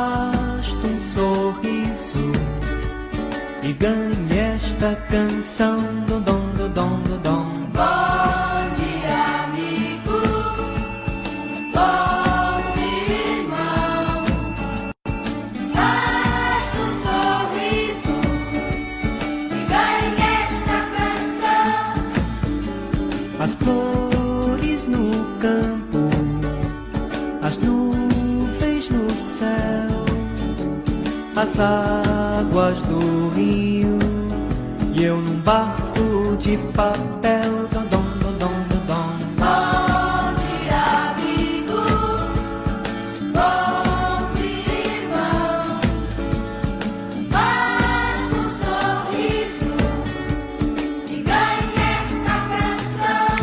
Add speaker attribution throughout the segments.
Speaker 1: basta um sorriso e ganhe esta canção. Dom, dom, dom, dom, dom.
Speaker 2: Bom dia, amigo. Bom dia, irmão. Basta um sorriso e ganhe esta canção.
Speaker 1: As flores no campo, as nuvens no céu, as águas do rio e eu num barco de papel. Dom, dom, dom, dom, dom.
Speaker 2: Bom dia, amigo. Bom dia, irmão. Basta um sorriso e ganhe esta canção.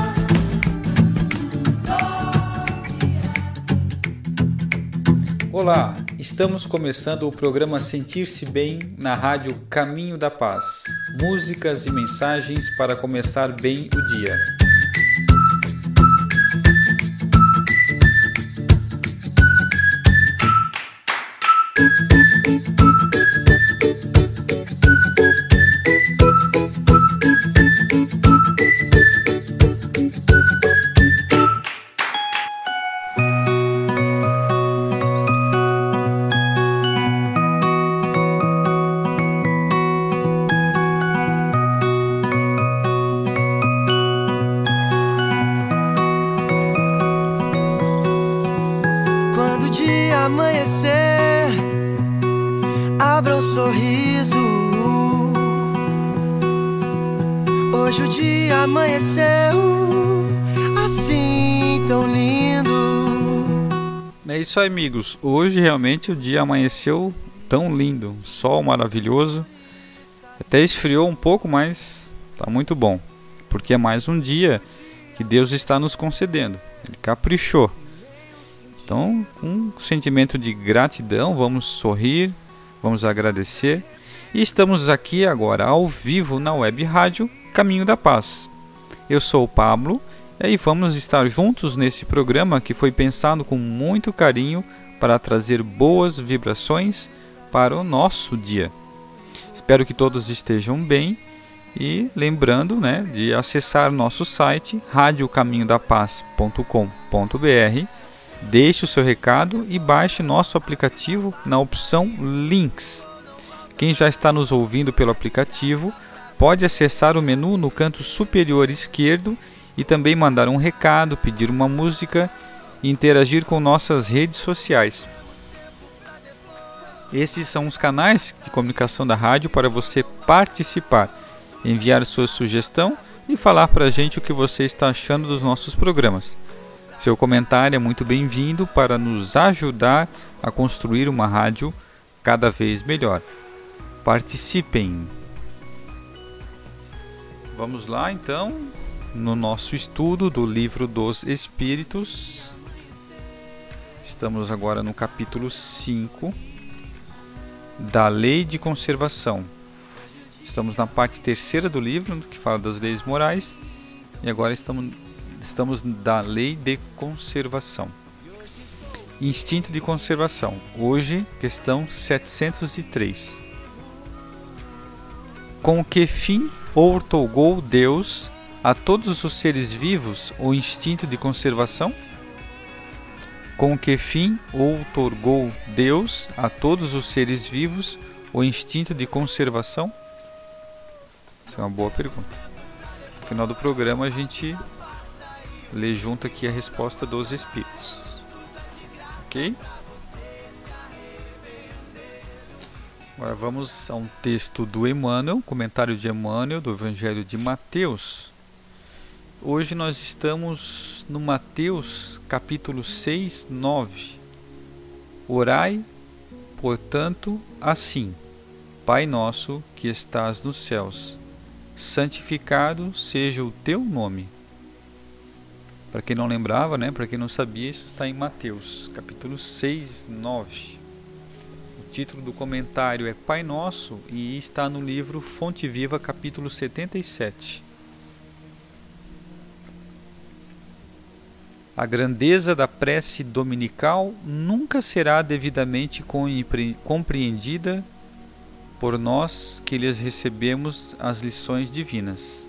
Speaker 3: Olá, estamos começando o programa Sentir-se Bem na Rádio Caminho da Paz. Músicas e mensagens para começar bem o dia.
Speaker 4: Quando o dia amanhecer, abra um sorriso. Hoje o dia amanheceu assim tão lindo.
Speaker 3: É isso aí, amigos. Hoje realmente o dia amanheceu tão lindo. Um sol maravilhoso. Até esfriou um pouco, mas tá muito bom. Porque é mais um dia que Deus está nos concedendo. Ele caprichou. Então, com um sentimento de gratidão, vamos sorrir, vamos agradecer. E estamos aqui agora ao vivo na web rádio Caminho da Paz. Eu sou o Pablo e vamos estar juntos nesse programa que foi pensado com muito carinho para trazer boas vibrações para o nosso dia. Espero que todos estejam bem e lembrando, de acessar nosso site radiocaminhodapaz.com.br. Deixe o seu recado e baixe nosso aplicativo na opção Links. Quem já está nos ouvindo pelo aplicativo pode acessar o menu no canto superior esquerdo e também mandar um recado, pedir uma música e interagir com nossas redes sociais. Esses são os canais de comunicação da rádio para você participar, enviar sua sugestão e falar para a gente o que você está achando dos nossos programas. Seu comentário é muito bem-vindo para nos ajudar a construir uma rádio cada vez melhor. Participem! Vamos lá então, no nosso estudo do Livro dos Espíritos. Estamos agora no capítulo 5 da Lei de Conservação. Estamos na parte terceira do livro, que fala das leis morais, e agora estamos da Lei de Conservação. Instinto de conservação. Hoje, questão 703. Com que fim outorgou Deus a todos os seres vivos o instinto de conservação? Com que fim outorgou Deus a todos os seres vivos o instinto de conservação? Essa é uma boa pergunta. No final do programa a gente lê junto aqui a resposta dos Espíritos. Ok? Agora vamos a um texto do Emmanuel, comentário de Emmanuel do Evangelho de Mateus. Hoje nós estamos no Mateus capítulo 6, 9. Orai, portanto, assim: Pai nosso que estás nos céus, santificado seja o teu nome. Para quem não lembrava, para quem não sabia, isso está em Mateus, capítulo 6, 9. O título do comentário é Pai Nosso e está no livro Fonte Viva, capítulo 77. A grandeza da prece dominical nunca será devidamente compreendida por nós que lhes recebemos as lições divinas.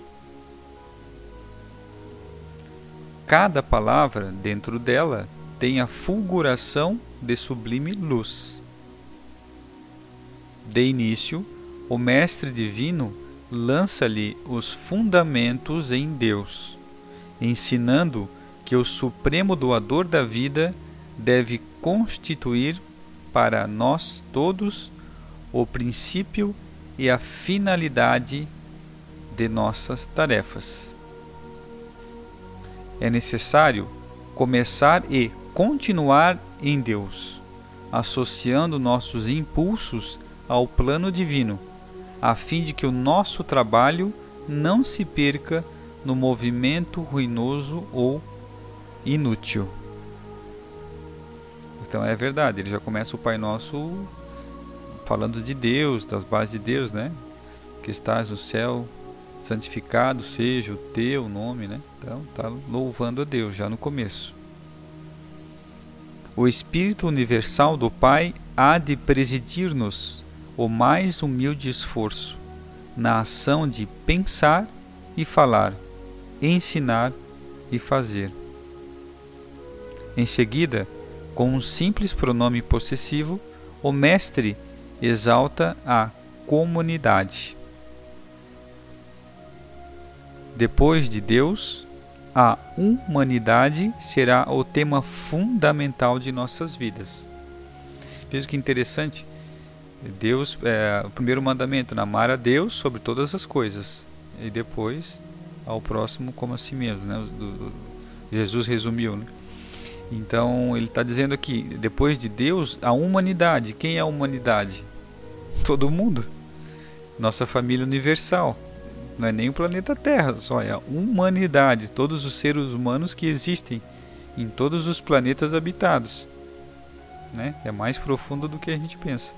Speaker 3: Cada palavra dentro dela tem a fulguração de sublime luz. De início, o Mestre Divino lança-lhe os fundamentos em Deus, ensinando que o Supremo Doador da vida deve constituir para nós todos o princípio e a finalidade de nossas tarefas. É necessário começar e continuar em Deus, associando nossos impulsos ao plano divino, a fim de que o nosso trabalho não se perca no movimento ruinoso ou inútil. Então é verdade, ele já começa o Pai Nosso falando de Deus, das bases de Deus, né? Que estás no céu, santificado seja o teu nome, né? Então está louvando a Deus já no começo. O Espírito Universal do Pai há de presidir-nos o mais humilde esforço na ação de pensar e falar, ensinar e fazer. Em seguida, com um simples pronome possessivo, o Mestre exalta a comunidade. Depois de Deus, a humanidade será o tema fundamental de nossas vidas. Veja que interessante. Deus, o primeiro mandamento, amar a Deus sobre todas as coisas, e depois ao próximo como a si mesmo, né? Jesus resumiu, né? Então ele está dizendo aqui, depois de Deus, a humanidade. Quem é a humanidade? Todo mundo, nossa família universal. Não é nem o planeta Terra, só é a humanidade, todos os seres humanos que existem em todos os planetas habitados, né? É mais profundo do que a gente pensa.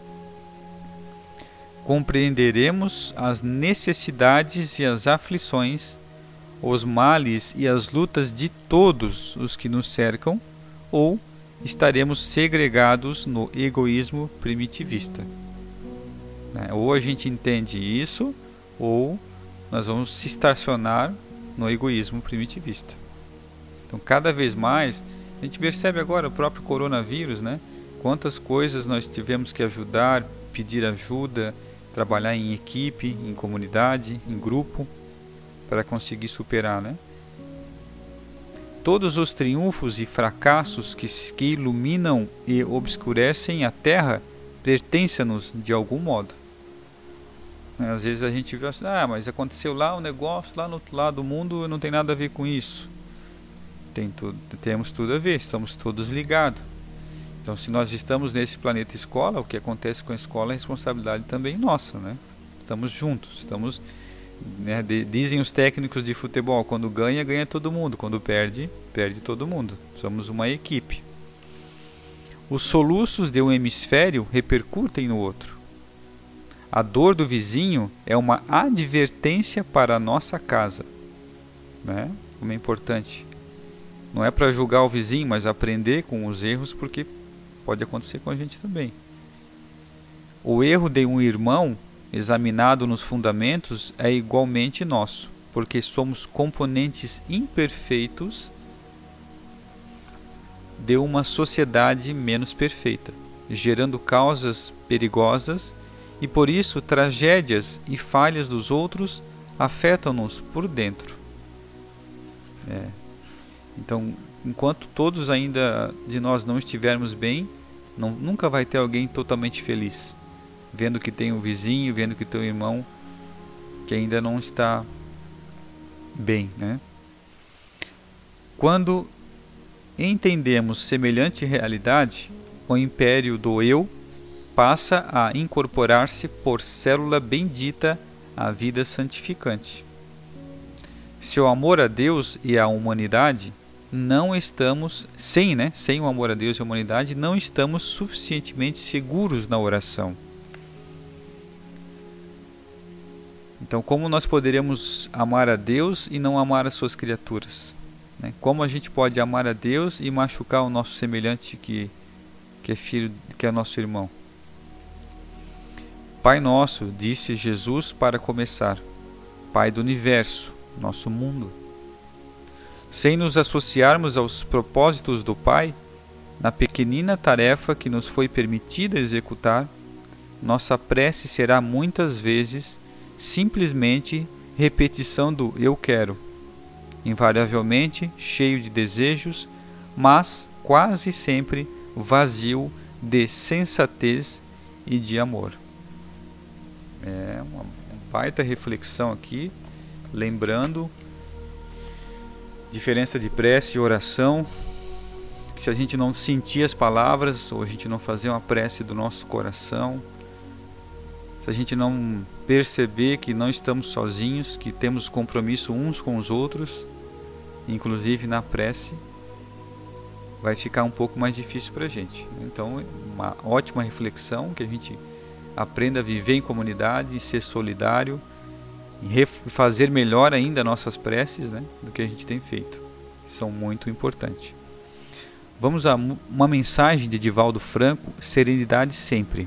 Speaker 3: Compreenderemos as necessidades e as aflições, os males e as lutas de todos os que nos cercam, ou estaremos segregados no egoísmo primitivista. Ou a gente entende isso, ou nós vamos se estacionar no egoísmo primitivista. Então, cada vez mais, a gente percebe agora o próprio coronavírus, né? Quantas coisas nós tivemos que ajudar, pedir ajuda, trabalhar em equipe, em comunidade, em grupo, para conseguir superar, né? Todos os triunfos e fracassos que iluminam e obscurecem a Terra pertencem-nos de algum modo. Às vezes a gente vê assim, mas aconteceu lá um negócio, lá no outro lado do mundo, não tem nada a ver com isso. Temos tudo a ver, estamos todos ligados. Então, se nós estamos nesse planeta escola, o que acontece com a escola é responsabilidade também nossa, né? Estamos juntos, estamos, né, dizem os técnicos de futebol, quando ganha, ganha todo mundo, quando perde, perde todo mundo. Somos uma equipe. Os soluços de um hemisfério repercutem no outro. A dor do vizinho é uma advertência para a nossa casa, né? Como é importante. Não é para julgar o vizinho, mas aprender com os erros, porque pode acontecer com a gente também. O erro de um irmão, examinado nos fundamentos, é igualmente nosso, porque somos componentes imperfeitos de uma sociedade menos perfeita, gerando causas perigosas, e por isso tragédias e falhas dos outros afetam-nos por dentro. Então, enquanto todos ainda de nós não estivermos bem, nunca vai ter alguém totalmente feliz, vendo que tem um vizinho, vendo que tem um irmão que ainda não está bem, né? Quando entendemos semelhante realidade, o império do eu passa a incorporar-se por célula bendita à vida santificante. Se o amor a Deus e à humanidade não estamos, sem o amor a Deus e à humanidade, não estamos suficientemente seguros na oração. Então, como nós poderemos amar a Deus e não amar as suas criaturas? né? Como a gente pode amar a Deus e machucar o nosso semelhante que é filho, que é nosso irmão? Pai nosso, disse Jesus para começar, Pai do universo, nosso mundo. Sem nos associarmos aos propósitos do Pai, na pequenina tarefa que nos foi permitida executar, nossa prece será muitas vezes simplesmente repetição do eu quero, invariavelmente cheio de desejos, mas quase sempre vazio de sensatez e de amor. É uma baita reflexão aqui, lembrando diferença de prece e oração, que se a gente não sentir as palavras, ou a gente não fazer uma prece do nosso coração, se a gente não perceber que não estamos sozinhos, que temos compromisso uns com os outros, inclusive na prece, vai ficar um pouco mais difícil para a gente. Então, uma ótima reflexão, que a gente aprenda a viver em comunidade, ser solidário, e fazer melhor ainda nossas preces, né, do que a gente tem feito. São muito importantes. Vamos a uma mensagem de Divaldo Franco, Serenidade Sempre.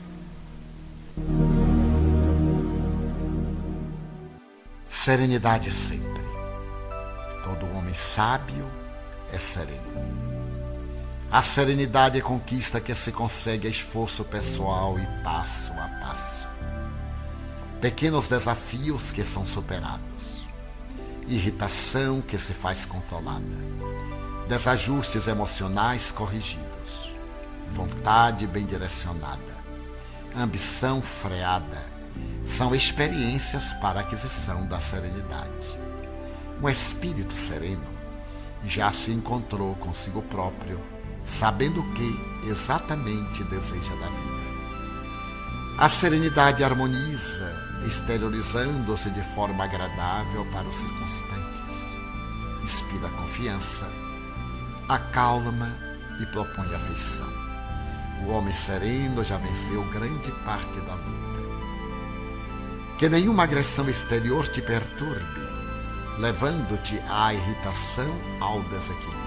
Speaker 5: Serenidade sempre. Todo homem sábio é sereno. A serenidade é conquista que se consegue a esforço pessoal e passo a passo. Pequenos desafios que são superados. Irritação que se faz controlada. Desajustes emocionais corrigidos. Vontade bem direcionada. Ambição freada. São experiências para a aquisição da serenidade. Um espírito sereno já se encontrou consigo próprio, sabendo o que exatamente deseja da vida. A serenidade harmoniza, exteriorizando-se de forma agradável para os circunstantes. Inspira confiança, acalma e propõe afeição. O homem sereno já venceu grande parte da luta. Que nenhuma agressão exterior te perturbe, levando-te à irritação, ao desequilíbrio.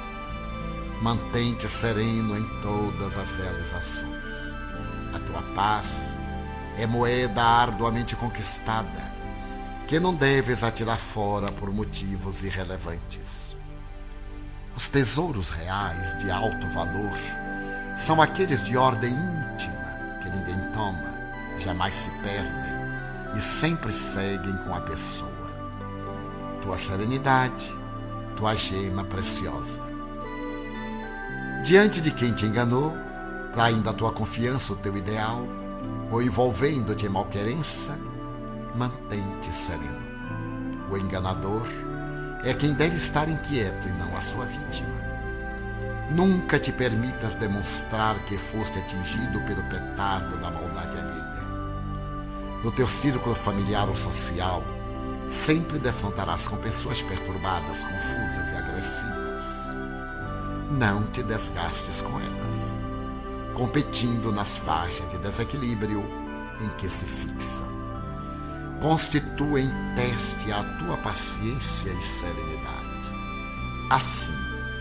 Speaker 5: Mantém-te sereno em todas as realizações. A tua paz é moeda arduamente conquistada, que não deves atirar fora por motivos irrelevantes. Os tesouros reais de alto valor são aqueles de ordem íntima, que ninguém toma, jamais se perdem e sempre seguem com a pessoa. Tua serenidade, tua gema preciosa. Diante de quem te enganou, traindo a tua confiança, o teu ideal, ou envolvendo-te em malquerença, mantém-te sereno. O enganador é quem deve estar inquieto e não a sua vítima. Nunca te permitas demonstrar que foste atingido pelo petardo da maldade alheia. No teu círculo familiar ou social, sempre defrontarás com pessoas perturbadas, confusas e agressivas. Não te desgastes com elas, competindo nas faixas de desequilíbrio em que se fixam. Constituem teste a tua paciência e serenidade. Assim,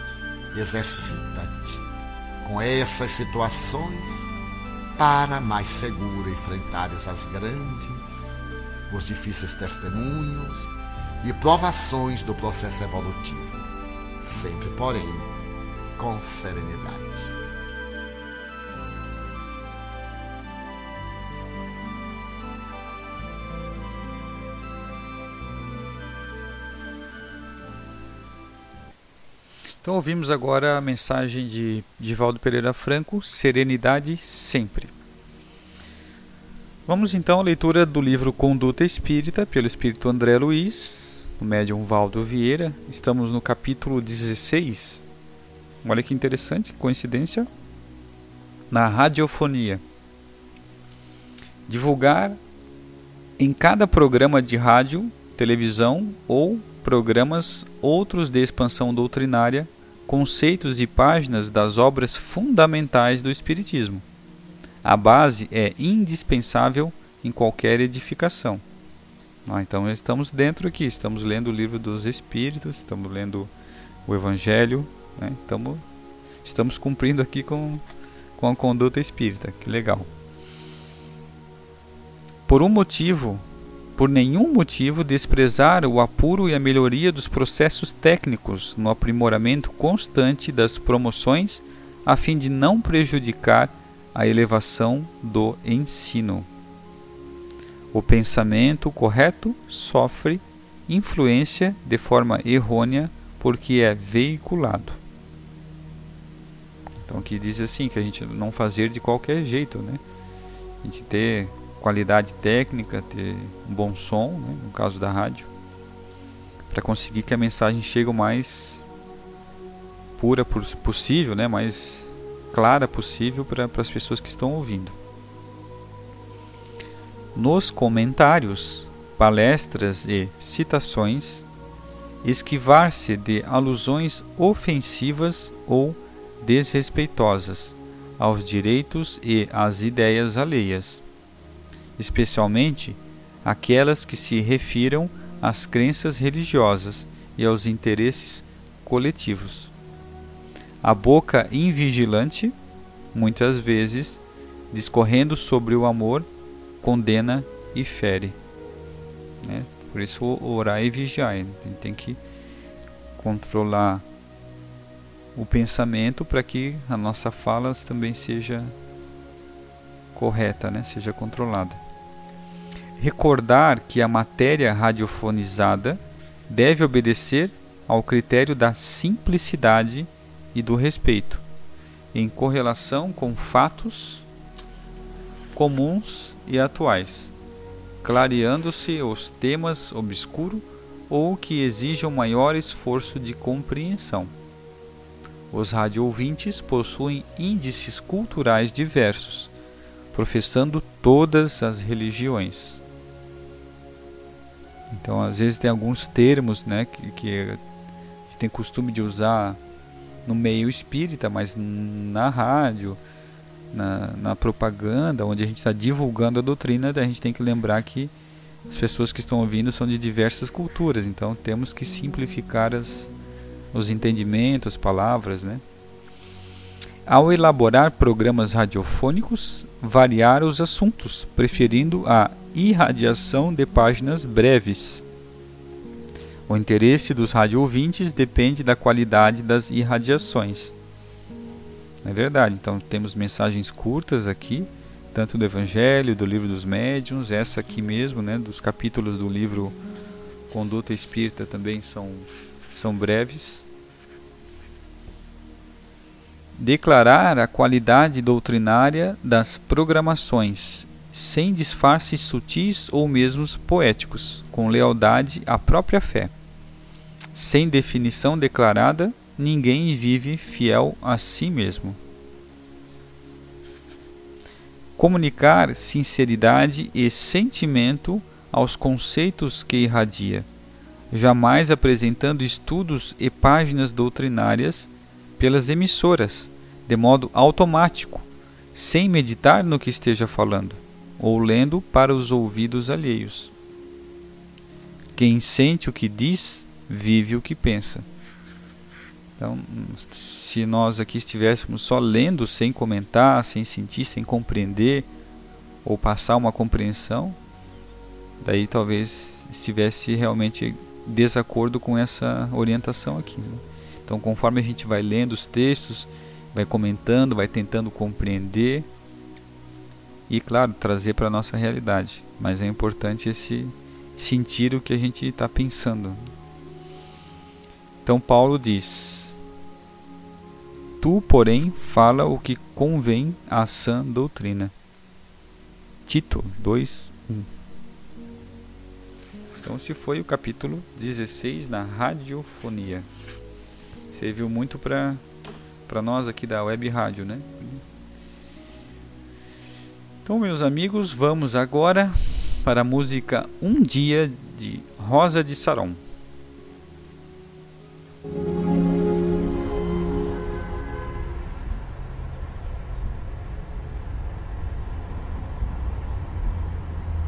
Speaker 5: exercita-te com essas situações para mais seguro enfrentares as grandes, os difíceis testemunhos e provações do processo evolutivo, sempre, porém, com serenidade.
Speaker 3: Então ouvimos agora a mensagem de Divaldo Pereira Franco, Serenidade Sempre. Vamos então à leitura do livro Conduta Espírita, pelo Espírito André Luiz, do médium Valdo Vieira. Estamos no capítulo 16. Olha que interessante, coincidência. Na radiofonia. Divulgar em cada programa de rádio, televisão ou programas outros de expansão doutrinária, conceitos e páginas das obras fundamentais do Espiritismo. A base é indispensável em qualquer edificação. Então estamos dentro aqui, estamos lendo o livro dos Espíritos, estamos lendo o Evangelho, né? Estamos cumprindo aqui com a conduta espírita, que legal. Por nenhum motivo desprezar o apuro e a melhoria dos processos técnicos no aprimoramento constante das promoções, a fim de não prejudicar a elevação do ensino. O pensamento correto sofre influência de forma errônea porque é veiculado. Então aqui diz assim, que a gente não fazer de qualquer jeito, né? A gente ter qualidade técnica, ter um bom som, né? No caso da rádio, para conseguir que a mensagem chegue o mais pura possível, né? Mais clara possível para as pessoas que estão ouvindo. Nos comentários, palestras e citações, esquivar-se de alusões ofensivas ou desrespeitosas aos direitos e às ideias alheias, especialmente aquelas que se refiram às crenças religiosas e aos interesses coletivos. A boca invigilante, muitas vezes, discorrendo sobre o amor, condena e fere, né? Por isso orar e vigiar, a gente tem que controlar o pensamento para que a nossa fala também seja correta, né? Seja controlada. Recordar que a matéria radiofonizada deve obedecer ao critério da simplicidade e do respeito, em correlação com fatos comuns e atuais, clareando-se os temas obscuros ou que exijam maior esforço de compreensão. Os radioouvintes possuem índices culturais diversos, professando todas as religiões. Então, às vezes tem alguns termos, né, que a gente tem costume de usar no meio espírita, mas na rádio, na propaganda, onde a gente está divulgando a doutrina, a gente tem que lembrar que as pessoas que estão ouvindo são de diversas culturas, então temos que simplificar os entendimentos, as palavras, né? Ao elaborar programas radiofônicos, variar os assuntos, preferindo a irradiação de páginas breves. O interesse dos radioouvintes depende da qualidade das irradiações. É verdade, então temos mensagens curtas aqui, tanto do Evangelho, do Livro dos Médiuns, essa aqui mesmo, né, dos capítulos do livro Conduta Espírita também são breves. Declarar a qualidade doutrinária das programações, sem disfarces sutis ou mesmo poéticos, com lealdade à própria fé. Sem definição declarada, ninguém vive fiel a si mesmo. Comunicar sinceridade e sentimento aos conceitos que irradia, jamais apresentando estudos e páginas doutrinárias pelas emissoras, de modo automático, sem meditar no que esteja falando, ou lendo para os ouvidos alheios. Quem sente o que diz, vive o que pensa. Então, se nós aqui estivéssemos só lendo, sem comentar, sem sentir, sem compreender, ou passar uma compreensão, daí talvez estivesse realmente desacordo com essa orientação aqui, né? Então, conforme a gente vai lendo os textos, vai comentando, vai tentando compreender e, claro, trazer para a nossa realidade. Mas é importante sentir o que a gente está pensando. Então, Paulo diz: tu, porém, fala o que convém à sã doutrina. Tito 2:1. Então, esse foi o capítulo 16 na radiofonia. Serviu muito para nós aqui da Web Rádio, né? Então, meus amigos, vamos agora para a música Um Dia de Rosa de Saron.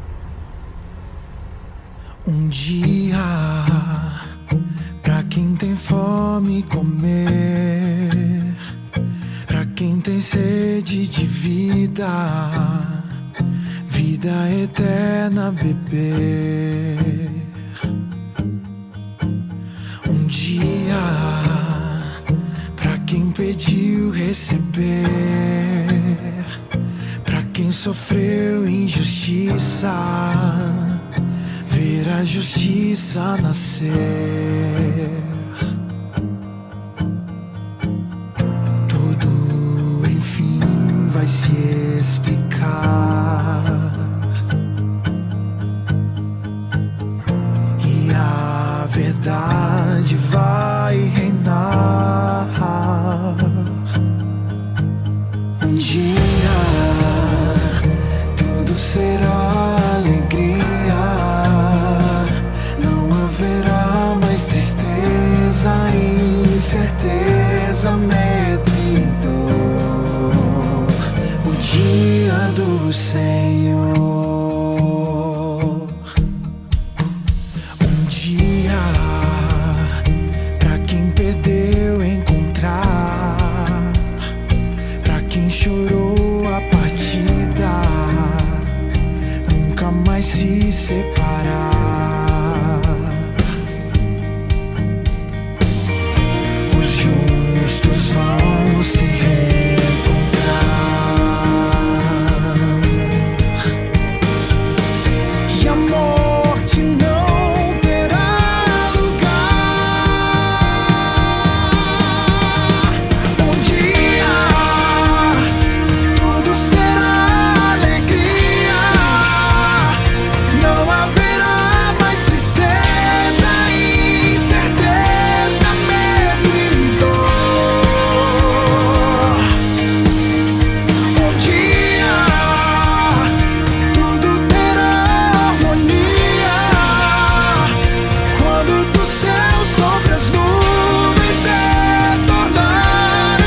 Speaker 4: Um dia, pra quem tem fome comer, pra quem tem sede de vida, vida eterna beber. Um dia, pra quem pediu receber, pra quem sofreu injustiça, ver a justiça nascer. Tudo enfim vai se explicar, e a verdade vai reinar. Um dia tudo será alegria, não haverá mais tristeza, incerteza, medo e dor. O dia do Senhor. Um dia pra quem perdeu encontrar, pra quem chorou a partida, nunca mais se separar. Os justos vão se reencontrar, e a morte não terá lugar. Um dia tudo será alegria, não haverá mais tristeza, incerteza, medo e dor. Um dia tudo terá harmonia, quando do céu sobre as nuvens retornar o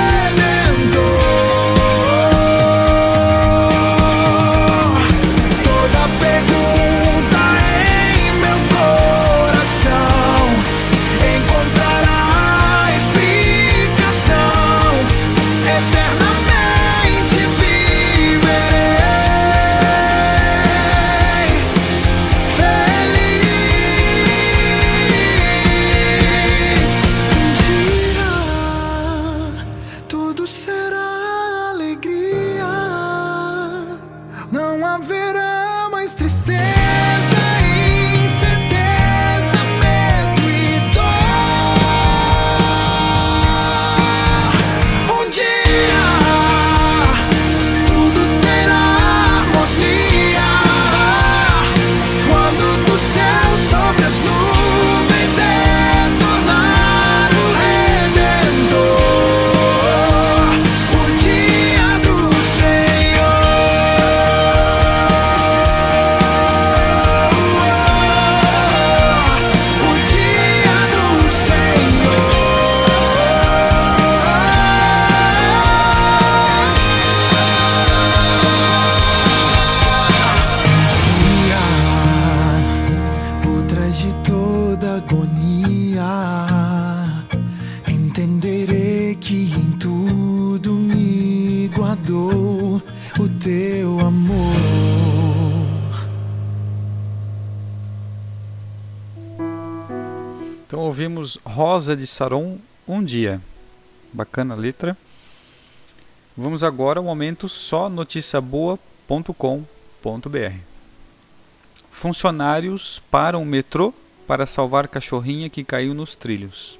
Speaker 4: Redentor. Toda pergunta em meu coração encontrará explicação. Eternamente viverei feliz. Um dia tudo será alegria, não haverá mais tristeza, incerteza, medo e dor. Um dia tudo terá harmonia, quando do céu sobre as nuvens retornar o Redentor. O dia do Senhor. O dia do Senhor. Por trás de toda agonia, entenderei que em tudo me guardou o teu amor.
Speaker 3: Então ouvimos Rosa de Saron, Um Dia. Bacana a letra. Vamos agora ao momento sonoticiaboa.com.br. Funcionários param o metrô para salvar cachorrinha que caiu nos trilhos.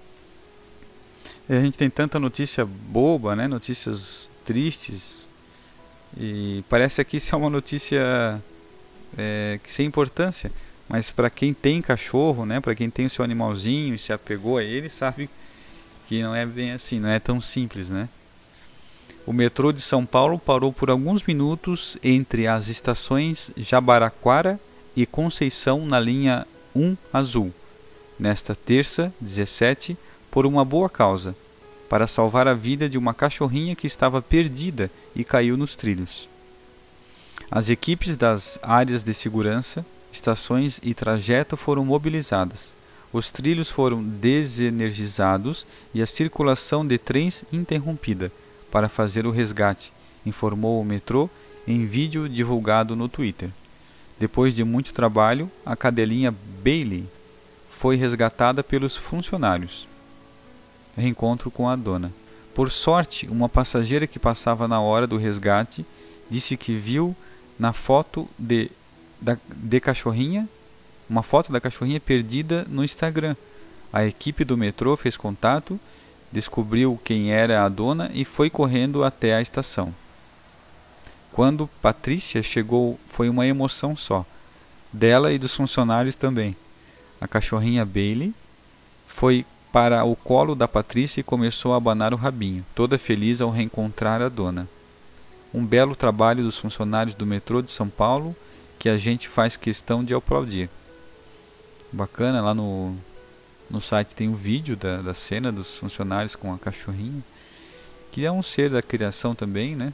Speaker 3: A gente tem tanta notícia boba, né? Notícias tristes. E parece aqui ser uma notícia que sem importância. Mas para quem tem cachorro, né? Para quem tem o seu animalzinho e se apegou a ele, sabe que não é bem assim, não é tão simples, né? O metrô de São Paulo parou por alguns minutos entre as estações Jabaraquara e Conceição na linha 1 azul, nesta terça, 17, por uma boa causa, para salvar a vida de uma cachorrinha que estava perdida e caiu nos trilhos. As equipes das áreas de segurança, estações e trajeto foram mobilizadas. Os trilhos foram desenergizados e a circulação de trens interrompida para fazer o resgate, informou o metrô em vídeo divulgado no Twitter. Depois de muito trabalho, a cadelinha Bailey foi resgatada pelos funcionários. Reencontro com a dona. Por sorte, uma passageira que passava na hora do resgate disse que viu na foto de cachorrinha, uma foto da cachorrinha perdida no Instagram. A equipe do metrô fez contato, descobriu quem era a dona e foi correndo até a estação. Quando Patrícia chegou, foi uma emoção só, dela e dos funcionários também. A cachorrinha Bailey foi para o colo da Patrícia e começou a abanar o rabinho, toda feliz ao reencontrar a dona. Um belo trabalho dos funcionários do metrô de São Paulo que a gente faz questão de aplaudir. Bacana, lá no site tem um vídeo da cena dos funcionários com a cachorrinha, que é um ser da criação também, né?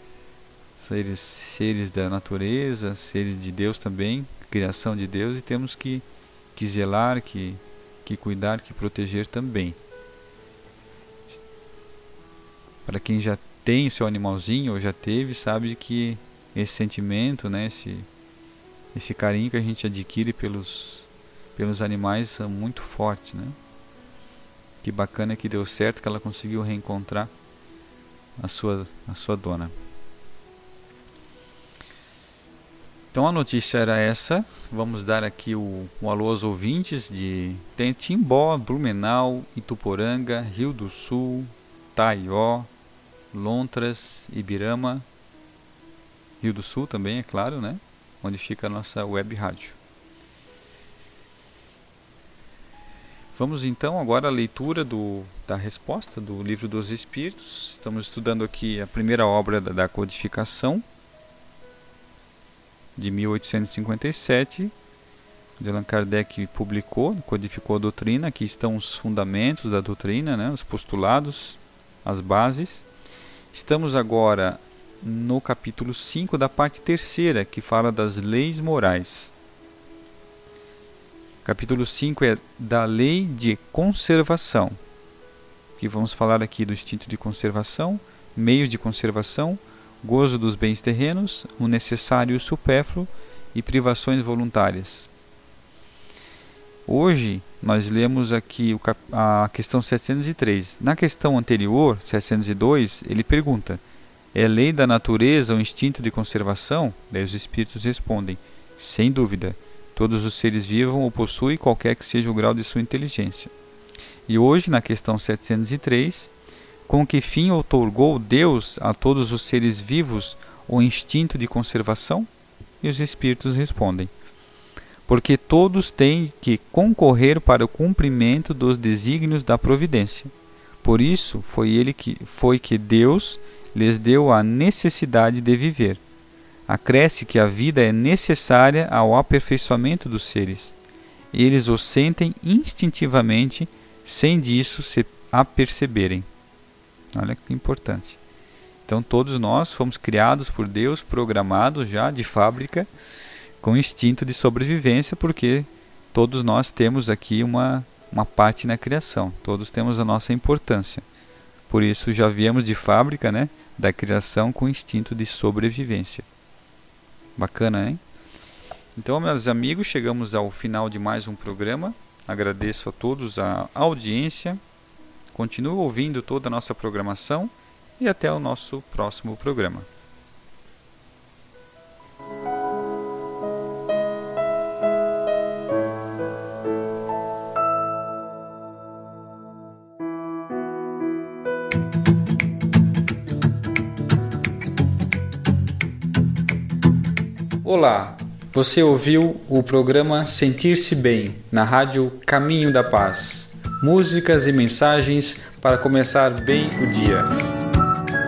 Speaker 3: Seres da natureza, seres de Deus também, criação de Deus, e temos que zelar, que cuidar, que proteger também. Para quem já tem seu animalzinho ou já teve, sabe que esse sentimento, né, esse carinho que a gente adquire pelos animais são muito fortes, né? Que bacana que deu certo, que ela conseguiu reencontrar a sua dona. Então a notícia era essa. Vamos dar aqui o alô aos ouvintes de Timbó, Blumenau, Ituporanga, Rio do Sul, Taió, Lontras, Ibirama, Rio do Sul também, é claro, né? Onde fica a nossa web rádio. Vamos então agora à leitura da resposta do Livro dos Espíritos. Estamos estudando aqui a primeira obra da codificação, de 1857, onde Allan Kardec codificou a doutrina. Aqui estão os fundamentos da doutrina, né? Os postulados, as bases. Estamos agora no capítulo 5 da parte terceira, que fala das leis morais. Capítulo 5 é da lei de conservação, que vamos falar aqui do instinto de conservação, meio de conservação, gozo dos bens terrenos, o necessário e o supérfluo e privações voluntárias. Hoje nós lemos aqui a questão 703. Na questão anterior, 702, ele pergunta: é lei da natureza o instinto de conservação? Daí os espíritos respondem: sem dúvida, todos os seres vivos o possuem, qualquer que seja o grau de sua inteligência. E hoje, na questão 703, com que fim outorgou Deus a todos os seres vivos o instinto de conservação? E os espíritos respondem: porque todos têm que concorrer para o cumprimento dos desígnios da providência. Por isso foi que Deus lhes deu a necessidade de viver. Acresce que a vida é necessária ao aperfeiçoamento dos seres. Eles o sentem instintivamente, sem disso se aperceberem. Olha que importante. Então todos nós fomos criados por Deus, programados já de fábrica, com instinto de sobrevivência, porque todos nós temos aqui uma parte na criação. Todos temos a nossa importância. Por isso já viemos de fábrica, né, da criação com instinto de sobrevivência. Bacana, hein? Então, meus amigos, chegamos ao final de mais um programa. Agradeço a todos a audiência. Continue ouvindo toda a nossa programação e até o nosso próximo programa. Olá, você ouviu o programa Sentir-se Bem na rádio Caminho da Paz. Músicas e mensagens para começar bem o dia.